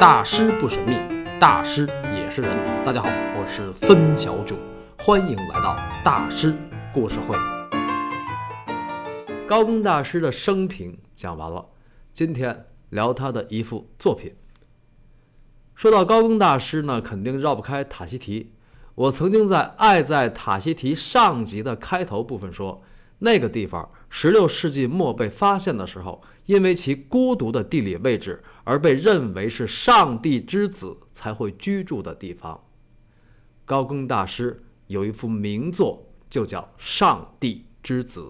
大师不神秘，大师也是人。大家好，我是孙小九，欢迎来到大师故事会。高更大师的生平讲完了，今天聊他的一幅作品。说到高更大师呢，肯定绕不开塔希提。我曾经在《爱在塔希提》上集的开头部分说，那个地方16世纪末被发现的时候，因为其孤独的地理位置而被认为是上帝之子才会居住的地方。高更大师有一幅名作，就叫《上帝之子》。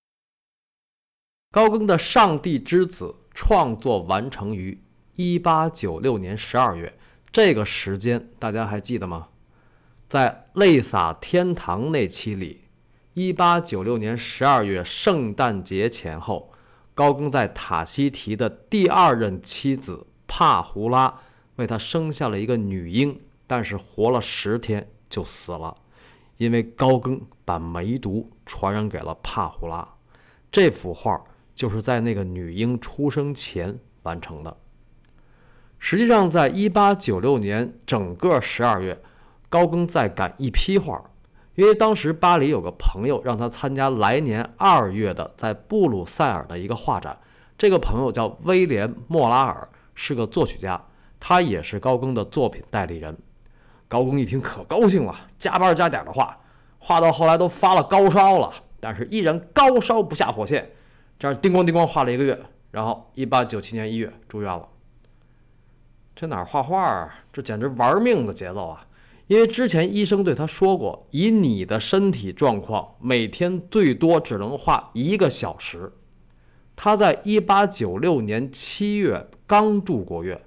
高更的《上帝之子》创作完成于1896年12月，这个时间大家还记得吗？在泪洒天堂那期里，1896年12月圣诞节前后，高更在塔希提的第二任妻子帕胡拉为他生下了一个女婴，但是活了10天就死了，因为高更把梅毒传染给了帕胡拉。这幅画就是在那个女婴出生前完成的。实际上在1896年整个12月，高更在赶一批画，因为当时巴黎有个朋友让他参加来年2月的在布鲁塞尔的一个画展。这个朋友叫威廉·莫拉尔，是个作曲家，他也是高更的作品代理人。高更一听可高兴了，加班加点的画到后来都发了高烧了，但是依然高烧不下火线，这样叮咣叮咣画了1个月，然后1897年1月住院了。这哪画画啊，这简直玩命的节奏啊！因为之前医生对他说过，以你的身体状况，每天最多只能画1个小时。他在1896年7月刚住过院。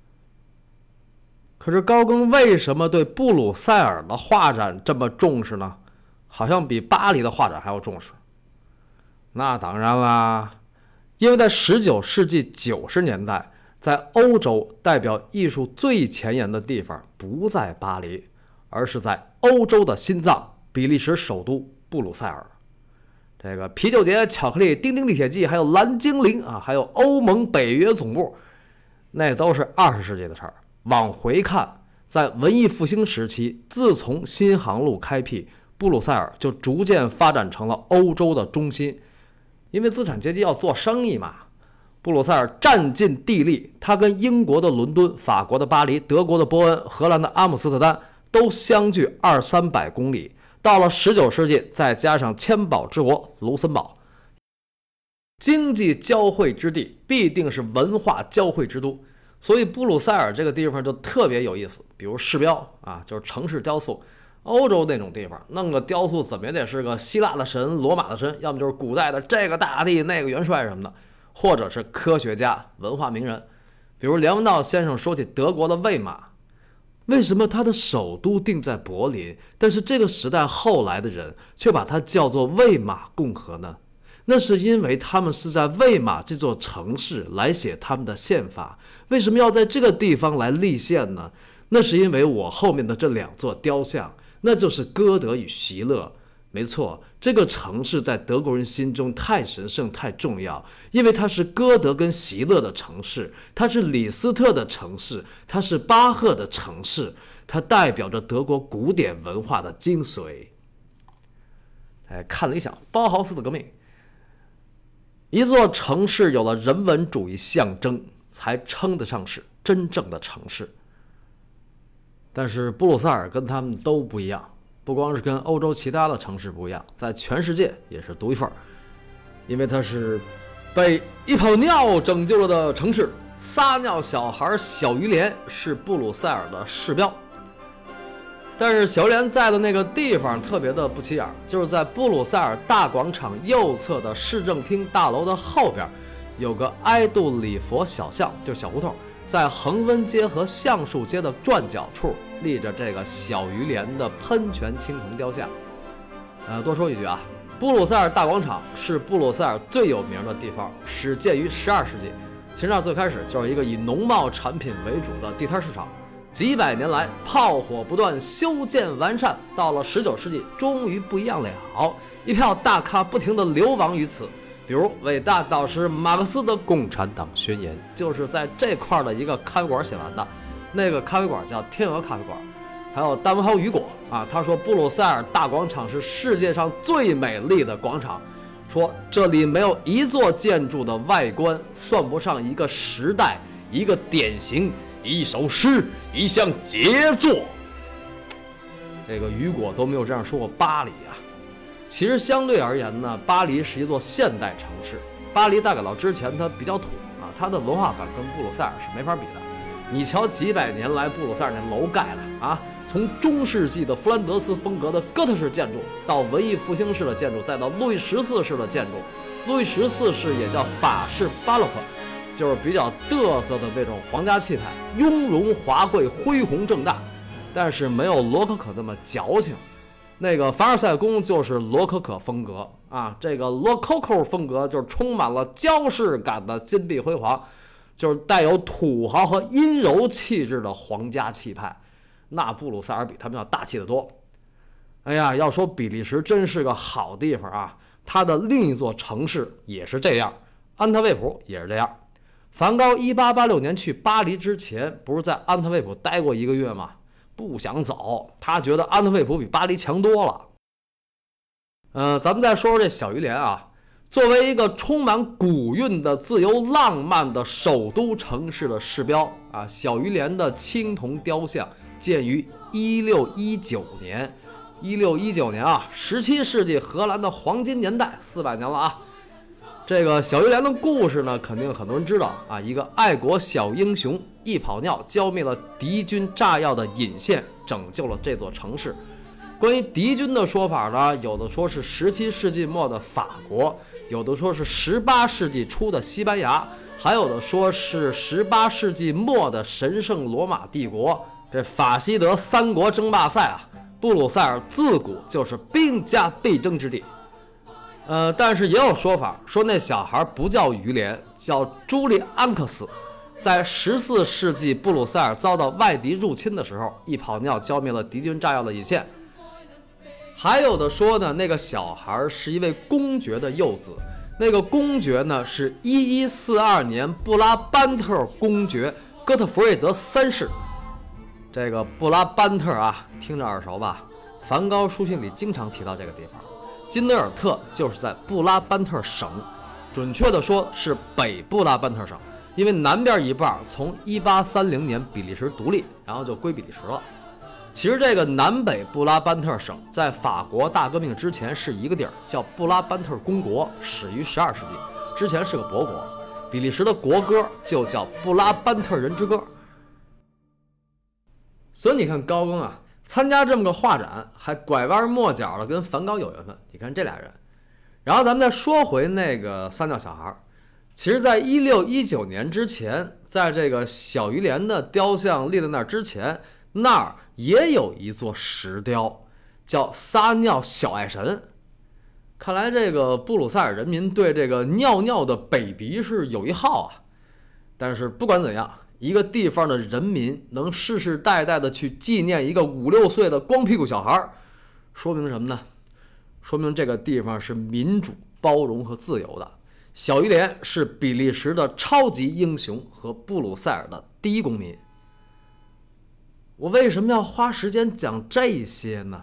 可是高更为什么对布鲁塞尔的画展这么重视呢？好像比巴黎的画展还要重视。那当然啦，因为在19世纪90年代，在欧洲代表艺术最前沿的地方不在巴黎，而是在欧洲的心脏比利时首都布鲁塞尔。这个啤酒节、巧克力、丁丁历险记，还有蓝精灵啊，还有欧盟北约总部，那都是20世纪的事儿。往回看，在文艺复兴时期，自从新航路开辟，布鲁塞尔就逐渐发展成了欧洲的中心。因为资产阶级要做生意嘛，布鲁塞尔占尽地利，它跟英国的伦敦、法国的巴黎、德国的波恩、荷兰的阿姆斯特丹都相距200-300公里。到了19世纪，再加上千宝之国卢森堡，经济交汇之地必定是文化交汇之都，所以布鲁塞尔这个地方就特别有意思。比如市标啊，就是城市雕塑，欧洲那种地方弄个雕塑怎么也得是个希腊的神、罗马的神，要么就是古代的这个大帝那个元帅什么的，或者是科学家、文化名人。比如梁文道先生说起德国的魏玛，为什么他的首都定在柏林，但是这个时代后来的人却把它叫做魏玛共和呢？那是因为他们是在魏玛这座城市来写他们的宪法。为什么要在这个地方来立宪呢？那是因为我后面的这2座雕像，那就是歌德与席勒。没错，这个城市在德国人心中太神圣太重要，因为它是歌德跟席勒的城市，它是李斯特的城市，它是巴赫的城市，它代表着德国古典文化的精髓。看理想，包豪斯的革命。一座城市有了人文主义象征，才称得上是真正的城市。但是布鲁塞尔跟他们都不一样，不光是跟欧洲其他的城市不一样，在全世界也是独一份，因为它是被一泡尿拯救了的城市。撒尿小孩小鱼莲是布鲁塞尔的市标，但是小鱼莲在的那个地方特别的不起眼，就是在布鲁塞尔大广场右侧的市政厅大楼的后边，有个埃杜里佛小巷，就是小胡同。在恒温街和橡树街的转角处立着这个小鱼莲的喷泉青铜雕像。多说一句啊，布鲁塞尔大广场是布鲁塞尔最有名的地方，始建于12世纪。其实那最开始就是一个以农贸产品为主的地摊市场，几百年来炮火不断，修建完善，到了19世纪终于不一样了，一票大咖不停地流亡于此。 比如伟大导师马克思的《共产党宣言》就是在这块的一个咖啡馆写完的，那个咖啡馆叫天鹅咖啡馆。还有大文豪雨果啊，他说布鲁塞尔大广场是世界上最美丽的广场，说这里没有一座建筑的外观算不上一个时代、一个典型、一首诗、一项杰作。这个雨果都没有这样说过巴黎啊。其实相对而言呢，巴黎是一座现代城市。巴黎大改造之前它比较土啊，它的文化感跟布鲁塞尔是没法比的。你瞧几百年来布鲁塞尔那楼盖的啊，从中世纪的弗兰德斯风格的哥特式建筑，到文艺复兴式的建筑，再到路易14世的建筑。路易14世也叫法式巴洛克，就是比较嘚瑟的那种皇家气派，雍容华贵，恢宏正大，但是没有罗可可那么矫情。那个凡尔赛宫就是罗可可风格啊，这个罗可可风格就是充满了焦饰感的金碧辉煌，就是带有土豪和阴柔气质的皇家气派。那布鲁塞尔比他们要大气得多。哎呀，要说比利时真是个好地方啊，它的另一座城市也是这样，安特卫普也是这样。梵高1886年去巴黎之前，不是在安特卫普待过1个月吗？不想走，他觉得安特卫普比巴黎强多了。咱们再说说这小于连啊，作为一个充满古韵的自由浪漫的首都城市的市标啊，小于连的青铜雕像建于1619年。1619年啊，17世纪荷兰的黄金年代，400年了啊。这个小于连的故事呢，肯定很多人知道啊，一个爱国小英雄一泡尿浇灭了敌军炸药的引线，拯救了这座城市。关于敌军的说法呢，有的说是17世纪末的法国，有的说是18世纪初的西班牙，还有的说是18世纪末的神圣罗马帝国。这法西德三国争霸赛啊，布鲁塞尔自古就是兵家必争之地。但是也有说法说那小孩不叫于连，叫朱利安克斯。在14世纪布鲁塞尔遭到外敌入侵的时候，一泡尿浇灭了敌军炸药的引线。还有的说呢，那个小孩是一位公爵的幼子，那个公爵呢是1142年布拉班特公爵哥特弗瑞德3世。这个布拉班特啊，听着耳熟吧？梵高书信里经常提到这个地方。金德尔特就是在布拉班特省，准确的说是北布拉班特省，因为南边一半从1830年比利时独立，然后就归比利时了。其实这个南北布拉班特省在法国大革命之前是一个地儿，叫布拉班特公国，始于12世纪，之前是个伯国。比利时的国歌就叫布拉班特人之歌。所以你看高更啊，参加这么个画展，还拐弯抹角的跟梵高有缘分。你看这俩人。然后咱们再说回那个三教小孩，其实在1619年之前，在这个小于连的雕像立在那儿之前，那儿也有一座石雕，叫撒尿小爱神。看来这个布鲁塞尔人民对这个尿尿的北鼻是有一号啊。但是不管怎样，一个地方的人民能世世代代的去纪念一个5、6岁的光屁股小孩，说明什么呢？说明这个地方是民主、包容和自由的。小于连是比利时的超级英雄和布鲁塞尔的第一公民。我为什么要花时间讲这些呢？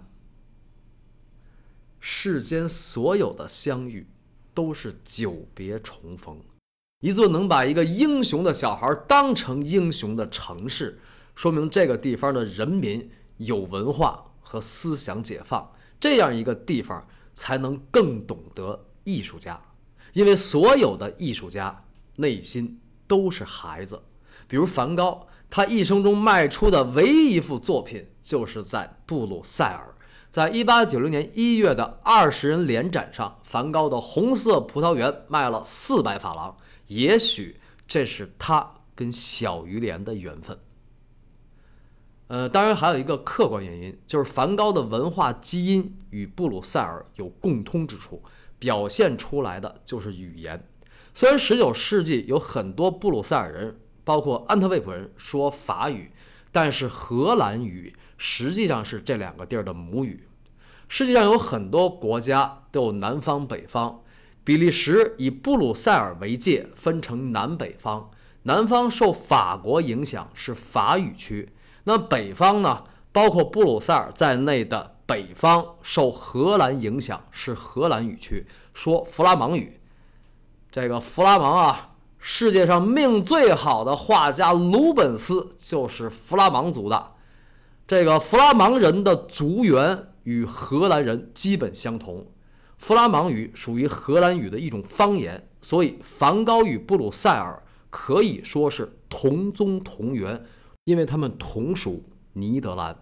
世间所有的相遇都是久别重逢。一座能把一个英雄的小孩当成英雄的城市，说明这个地方的人民有文化和思想解放，这样一个地方才能更懂得艺术家。因为所有的艺术家内心都是孩子。比如梵高，他一生中卖出的唯一一幅作品就是在布鲁塞尔。在1890年1月的20人联展上，梵高的红色葡萄园卖了400法郎。也许这是他跟小于连的缘分。当然还有一个客观原因，就是梵高的文化基因与布鲁塞尔有共通之处，表现出来的就是语言。虽然19世纪有很多布鲁塞尔人，包括安特卫普人说法语，但是荷兰语实际上是这两个地儿的母语。世界上有很多国家都有南方北方， 比利时以布鲁塞尔为界，分成南北方，南方受法国影响是法语区，那北方呢，包括布鲁塞尔在内的北方受荷兰影响是荷兰语区，说弗拉芒语。这个弗拉芒啊，世界上命最好的画家鲁本斯就是弗拉芒族的。这个弗拉芒人的族源与荷兰人基本相同，弗拉芒语属于荷兰语的一种方言，所以梵高与布鲁塞尔可以说是同宗同源，因为他们同属尼德兰。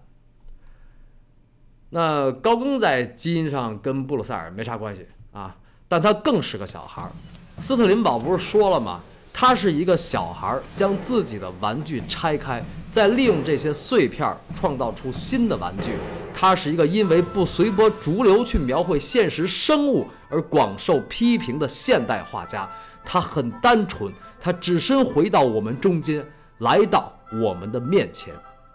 那高更在基因上跟布鲁塞尔没啥关系啊，但他更是个小孩。斯特林堡不是说了吗？他是一个小孩，将自己的玩具拆开，再利用这些碎片创造出新的玩具。他是一个因为不随波逐流去描绘现实生物而广受批评的现代画家。他很单纯，他只身回到我们中间，来到我们的面前。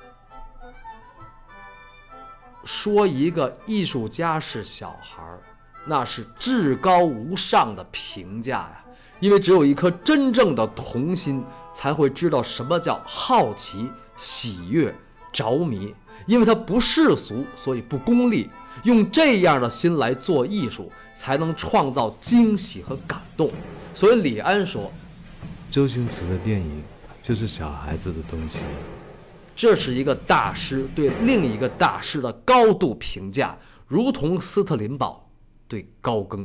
说一个艺术家是小孩，那是至高无上的评价呀！因为只有一颗真正的童心，才会知道什么叫好奇、喜悦、着迷。因为它不世俗，所以不功利。用这样的心来做艺术，才能创造惊喜和感动。所以李安说， 周星驰的电影就是小孩子的东西。 这是一个大师对另一个大师的高度评价，如同斯特林堡对高更。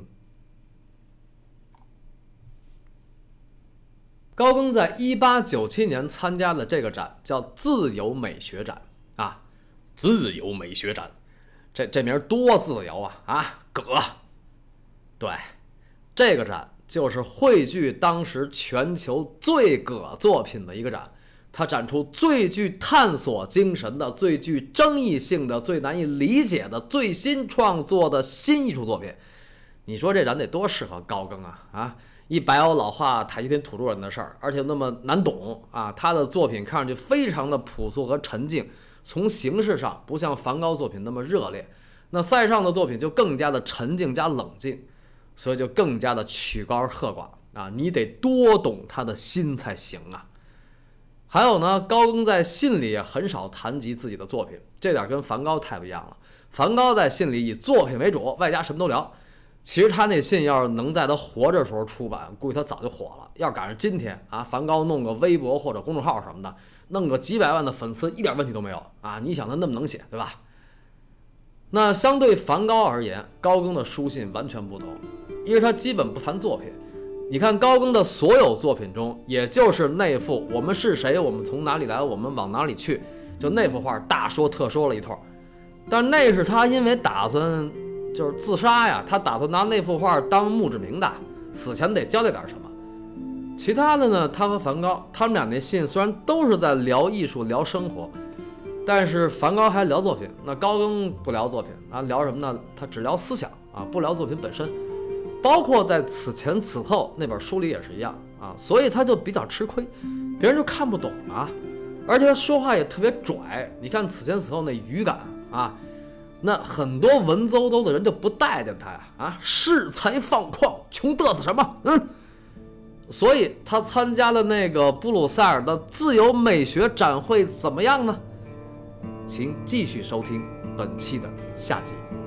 高更在1897年参加的这个展叫自由美学展啊，自由美学展，这名多自由啊，葛。对，这个展就是汇聚当时全球最葛作品的一个展。它展出最具探索精神的、最具争议性的、最难以理解的最新创作的新艺术作品。你说这展得多适合高更啊！一白欧老画塔吉廷土著人的事儿，而且那么难懂啊！他的作品看上去非常的朴素和沉静，从形式上不像梵高作品那么热烈。那塞尚的作品就更加的沉静加冷静，所以就更加的曲高而和寡啊！你得多懂他的心才行啊！还有呢，高更在信里也很少谈及自己的作品，这点跟梵高太不一样了。梵高在信里以作品为主，外加什么都聊。其实他那信要是能在他活着的时候出版，估计他早就火了。要赶上今天啊，梵高弄个微博或者公众号什么的，弄个几百万的粉丝，一点问题都没有啊！你想他那么能写，对吧？那相对梵高而言，高更的书信完全不同，因为他基本不谈作品。你看高更的所有作品中，也就是那幅我们是谁，我们从哪里来，我们往哪里去，就那幅画大说特说了一通。但那是他因为打算就是自杀呀，他打算拿那幅画当墓志铭的，死前得交代点什么。其他的呢，他和梵高他们俩那信虽然都是在聊艺术聊生活，但是梵高还聊作品，那高更不聊作品啊，聊什么呢？他只聊思想啊，不聊作品本身。包括在此前此后那本书里也是一样啊，所以他就比较吃亏，别人就看不懂啊，而且他说话也特别拽。你看此前此后那语感啊，那很多文绉绉的人就不待见他呀恃才放旷，穷嘚瑟什么？所以他参加了那个布鲁塞尔的自由美学展会，怎么样呢？请继续收听本期的下集。